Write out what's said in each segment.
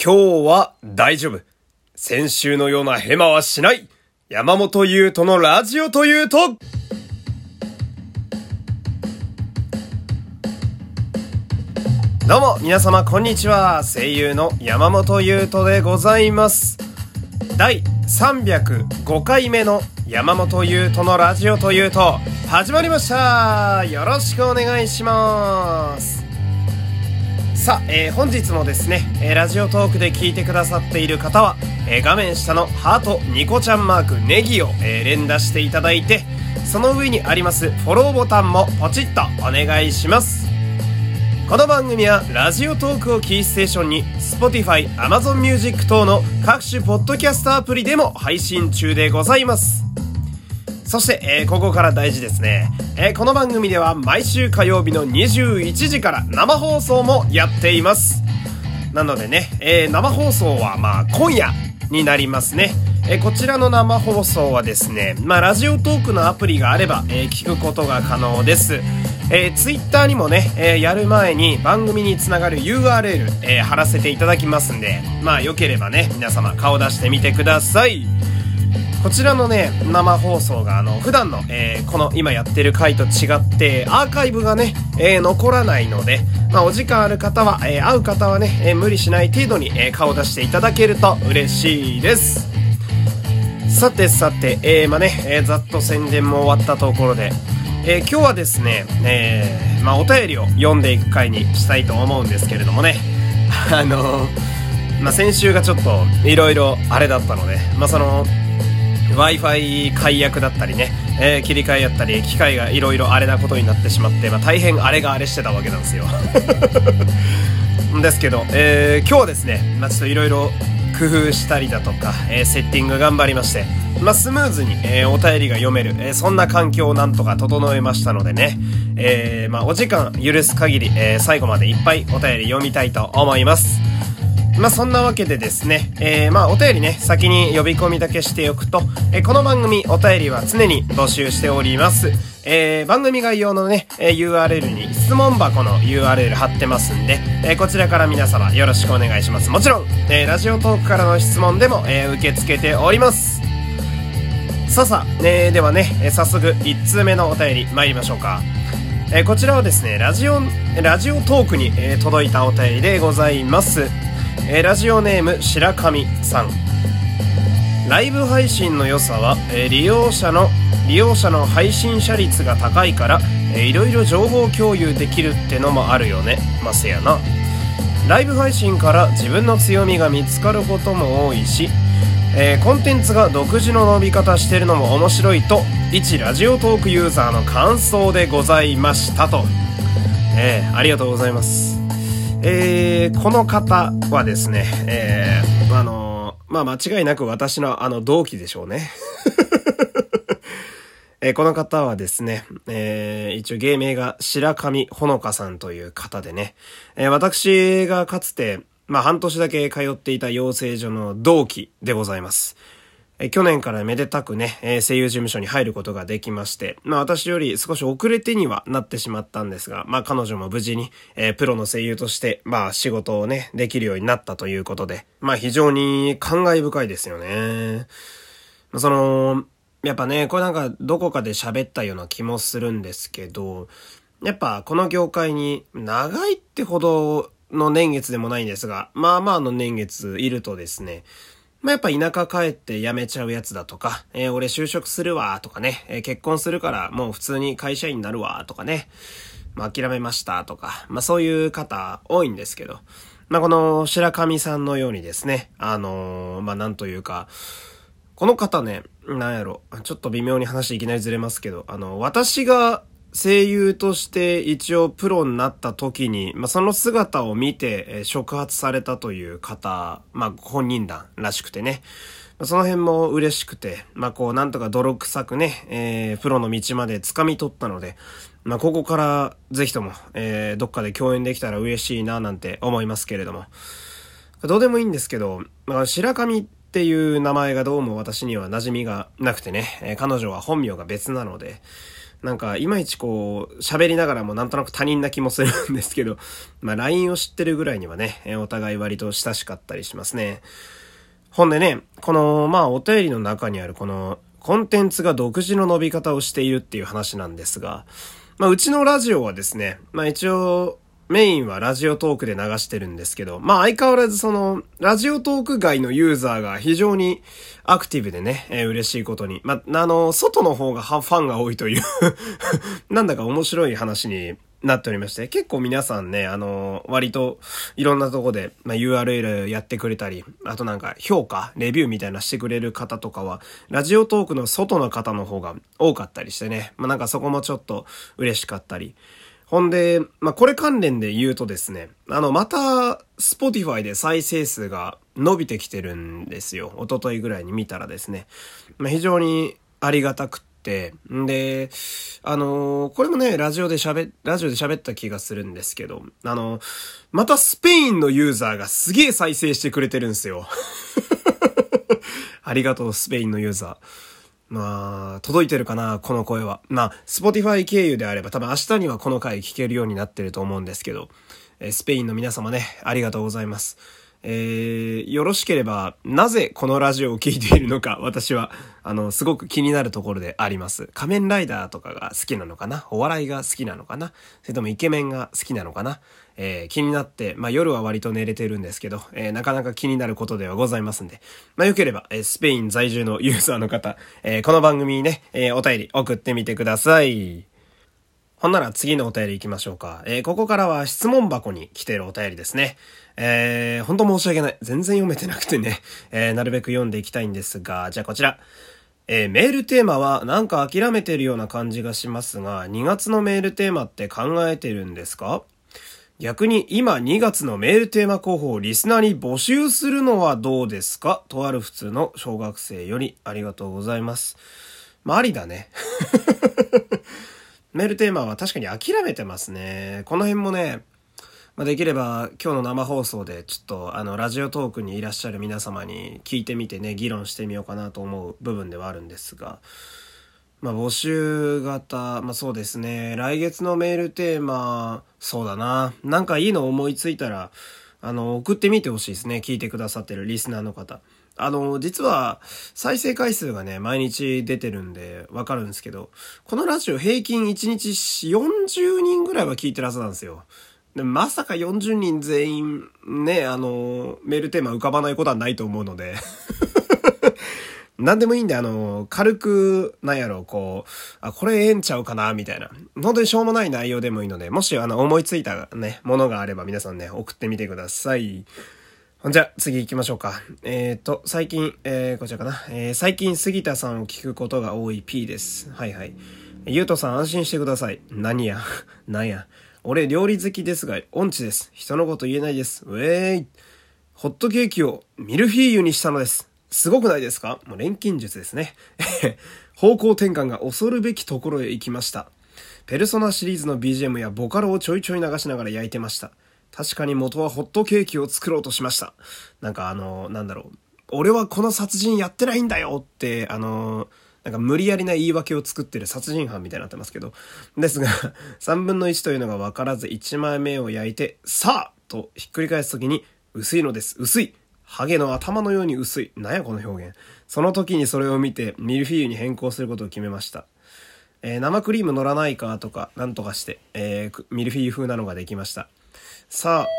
今日は大丈夫。先週のようなヘマはしない。山本優斗のラジオというと。どうも皆様こんにちは。声優の山本優斗でございます。第305回目の山本優斗のラジオというと始まりました。よろしくお願いします。さあ、本日もですね、ラジオトークで聞いてくださっている方は、画面下のハートニコちゃんマークネギを、連打していただいて、その上にありますフォローボタンもポチッとお願いします。この番組はラジオトークをキーステーションに Spotify、Amazon Music 等の各種ポッドキャストアプリでも配信中でございます。そして、ここから大事ですね。この番組では毎週火曜日の21時から生放送もやっています。なのでね、生放送は今夜になりますね。こちらの生放送はですね、ラジオトークのアプリがあれば、聞くことが可能です。ツイッターにもね、やる前に番組につながる URL、貼らせていただきますんで、よければね、皆様顔出してみてください。こちらのね、生放送が普段の、この今やってる回と違ってアーカイブがね、残らないので、お時間ある方は、会う方はね、無理しない程度に、顔出していただけると嬉しいです。さて、ざっと宣伝も終わったところで、今日はですね、お便りを読んでいく回にしたいと思うんですけれどもね、先週がちょっといろいろあれだったので、Wi-Fi 解約だったりね、切り替えやったり機械がいろいろあれなことになってしまって、大変あれがあれしてたわけなんですよですけど、今日はですね、ちょっといろいろ工夫したりだとか、セッティング頑張りまして、スムーズに、お便りが読める、そんな環境をなんとか整えましたのでね、お時間許す限り、最後までいっぱいお便り読みたいと思います。そんなわけでですね、お便りね、先に呼び込みだけしておくと、この番組お便りは常に募集しております。番組概要のね、URL に質問箱の URL 貼ってますんで、こちらから皆様よろしくお願いします。もちろん、ラジオトークからの質問でも、受け付けております。ではね、早速1通目のお便り参りましょうか。こちらはですね、ラジオトークに、届いたお便りでございます。ラジオネーム白神さん。ライブ配信の良さは、利用者の配信者率が高いから、いろいろ情報共有できるってのもあるよね。せやな。ライブ配信から自分の強みが見つかることも多いし、コンテンツが独自の伸び方してるのも面白いと、一ラジオトークユーザーの感想でございましたと。ありがとうございます。この方はですね、間違いなく私の同期でしょうね。この方はですね、一応芸名が白神ほのかさんという方でね、私がかつて、半年だけ通っていた養成所の同期でございます。去年からめでたくね、声優事務所に入ることができまして、私より少し遅れてにはなってしまったんですが、彼女も無事に、プロの声優として、仕事をね、できるようになったということで、非常に感慨深いですよね。やっぱね、これどこかで喋ったような気もするんですけど、やっぱこの業界に長いってほどの年月でもないんですが、の年月いるとですね、やっぱ田舎帰って辞めちゃうやつだとか、俺就職するわとかね、結婚するからもう普通に会社員になるわとかね、諦めましたとか、そういう方多いんですけど、この白神さんのようにですね、なんというか、この方ね、ちょっと微妙に話いきなりずれますけど、私が声優として一応プロになった時に、その姿を見て、触発されたという方、本人団らしくてね。その辺も嬉しくて、なんとか泥臭くね、プロの道まで掴み取ったので、ここからぜひとも、どっかで共演できたら嬉しいななんて思いますけれども。どうでもいいんですけど、白神っていう名前がどうも私には馴染みがなくてね、彼女は本名が別なので、 なんかいまいちこう喋りながらもなんとなく他人な気もするんですけど、まあ LINE を知ってるぐらいにはね、お互い割と親しかったりしますね。ほんでね、このまあお便りの中にあるこのコンテンツが独自の伸び方をしているっていう話なんですが、まあうちのラジオはですね、まあ一応メインはラジオトークで流してるんですけど、まあ相変わらずその、ラジオトーク外のユーザーが非常にアクティブでね、嬉しいことに。まあ、外の方がファンが多いというなんだか面白い話になっておりまして、結構皆さんね、割といろんなとこで、まあ、URL やってくれたり、あとなんか評価、レビューみたいなしてくれる方とかは、ラジオトークの外の方の方が多かったりしてね、まあなんかそこもちょっと嬉しかったり、ほんで、まあ、これ関連で言うとですね、また、Spotify で再生数が伸びてきてるんですよ。一昨日ぐらいに見たらですね。まあ、非常にありがたくって、で、これもね、ラジオで喋った気がするんですけど、またスペインのユーザーがすげえ再生してくれてるんですよ。ありがとう、スペインのユーザー。まあ、届いてるかな、この声は。まあ、Spotify 経由であれば多分明日にはこの回聞けるようになってると思うんですけど、スペインの皆様ね、ありがとうございます。よろしければ、なぜこのラジオを聞いているのか、私は、すごく気になるところであります。仮面ライダーとかが好きなのかな、お笑いが好きなのかな、それともイケメンが好きなのかな、気になって、まあ夜は割と寝れてるんですけど、なかなか気になることではございますんで、まあよければ、スペイン在住のユーザーの方、この番組にね、お便り送ってみてください。ほんなら次のお便り行きましょうか。ここからは質問箱に来てるお便りですね。本当申し訳ない。全然読めてなくてね。なるべく読んでいきたいんですが、じゃあこちら。メールテーマはなんか諦めてるような感じがしますが、2月のメールテーマって考えてるんですか？逆に今2月のメールテーマ候補をリスナーに募集するのはどうですか？とある普通の小学生よりありがとうございます。まあ、ありだね。メールテーマは確かに諦めてますね。この辺もね、まあ、できれば今日の生放送でちょっとラジオトークにいらっしゃる皆様に聞いてみてね、議論してみようかなと思う部分ではあるんですが、まあ募集型、まあそうですね、来月のメールテーマ、そうだな、なんかいいの思いついたら、送ってみてほしいですね、聞いてくださってるリスナーの方。実は再生回数がね、毎日出てるんでわかるんですけど、このラジオ平均1日40人ぐらいは聞いてるはずなんですよ。でまさか40人全員ね、メールテーマ浮かばないことはないと思うので。なんでもいいんで、軽く、なんやろ、こう、これええんちゃうかな、みたいな。本当にしょうもない内容でもいいので、もし思いついたね、ものがあれば皆さんね、送ってみてください。じゃあ次行きましょうか。最近、こちらかな。最近杉田さんを聞くことが多い P です。はいはい。ゆうとさん安心してください。何やなんや。俺料理好きですが、音痴です。人のこと言えないです。ウェーイ。ホットケーキをミルフィーユにしたのです。すごくないですか？もう錬金術ですね。方向転換が恐るべきところへ行きました。ペルソナシリーズの BGM やボカロをちょいちょい流しながら焼いてました。確かに元はホットケーキを作ろうとしました。なんかなんだろう。俺はこの殺人やってないんだよって、なんか無理やりな言い訳を作ってる殺人犯みたいになってますけど。ですが、3分の1というのが分からず1枚目を焼いて、さあとひっくり返すときに、薄いのです。薄い。ハゲの頭のように薄い。なんやこの表現。その時にそれを見て、ミルフィーユに変更することを決めました。生クリーム乗らないかとか、なんとかして、ミルフィーユ風なのができました。さあ、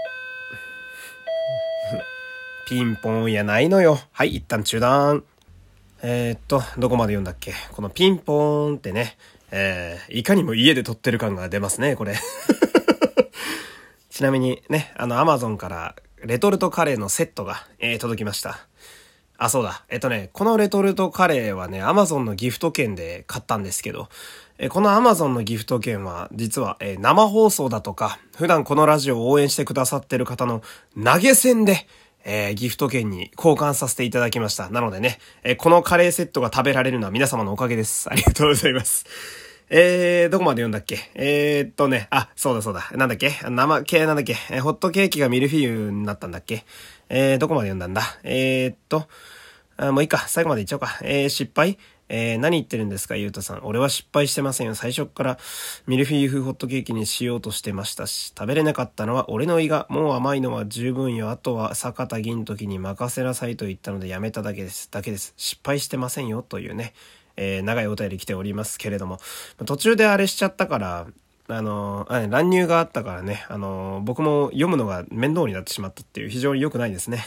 ピンポンやないのよ。はい、一旦中断。どこまで読んだっけ？このピンポーンってね、いかにも家で撮ってる感が出ますね、これ。ちなみにね、Amazon からレトルトカレーのセットが、届きました。あ、そうだ。このレトルトカレーはね、Amazon のギフト券で買ったんですけど、この Amazon のギフト券は、実は、生放送だとか、普段このラジオを応援してくださってる方の投げ銭で、ギフト券に交換させていただきました。なのでね、このカレーセットが食べられるのは皆様のおかげです。ありがとうございます。どこまで読んだっけ？そうだ。なんだっけ？生系なんだっけ？ホットケーキがミルフィーユになったんだっけ？どこまで読んだんだ？もういいか。最後までいっちゃおうか。失敗？ 何言ってるんですか、ゆうとさん。俺は失敗してませんよ。最初からミルフィーユ風ホットケーキにしようとしてましたし、食べれなかったのは俺の胃が、もう甘いのは十分よ。あとは坂田銀時に任せなさいと言ったのでやめただけです。失敗してませんよというね、長いお便り来ておりますけれども、途中であれしちゃったから、乱入があったからね、僕も読むのが面倒になってしまったっていう、非常に良くないですね。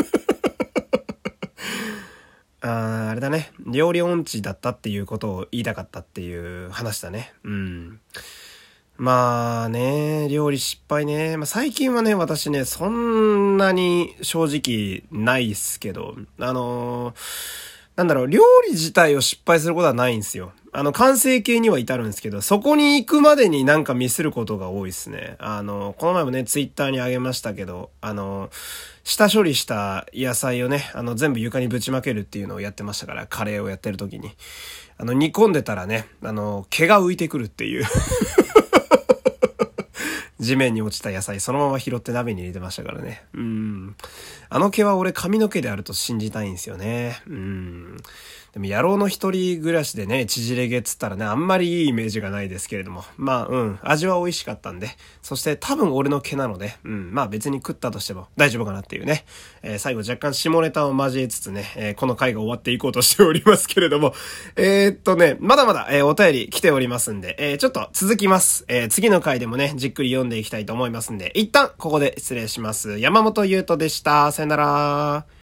あれだね。料理音痴だったっていうことを言いたかったっていう話だね。うん。まあね、料理失敗ね。最近はね、私ね、そんなに正直ないっすけど、料理自体を失敗することはないんですよ。完成形には至るんですけど、そこに行くまでになんかミスることが多いですね。この前もね、ツイッターにあげましたけど、下処理した野菜をね、全部床にぶちまけるっていうのをやってましたから、カレーをやってる時に。煮込んでたらね、毛が浮いてくるっていう。地面に落ちた野菜そのまま拾って鍋に入れてましたからね。毛は俺髪の毛であると信じたいんですよね。でも野郎の一人暮らしでね、縮れ毛っつったらね、あんまりいいイメージがないですけれども。味は美味しかったんで。そして多分俺の毛なので、別に食ったとしても大丈夫かなっていうね。最後若干下ネタを交えつつね、この回が終わっていこうとしておりますけれども。まだまだ、お便り来ておりますんで、ちょっと続きます。次の回でもね、じっくり読んでいきたいと思いますんで、一旦ここで失礼します。山本優斗でした。さよなら。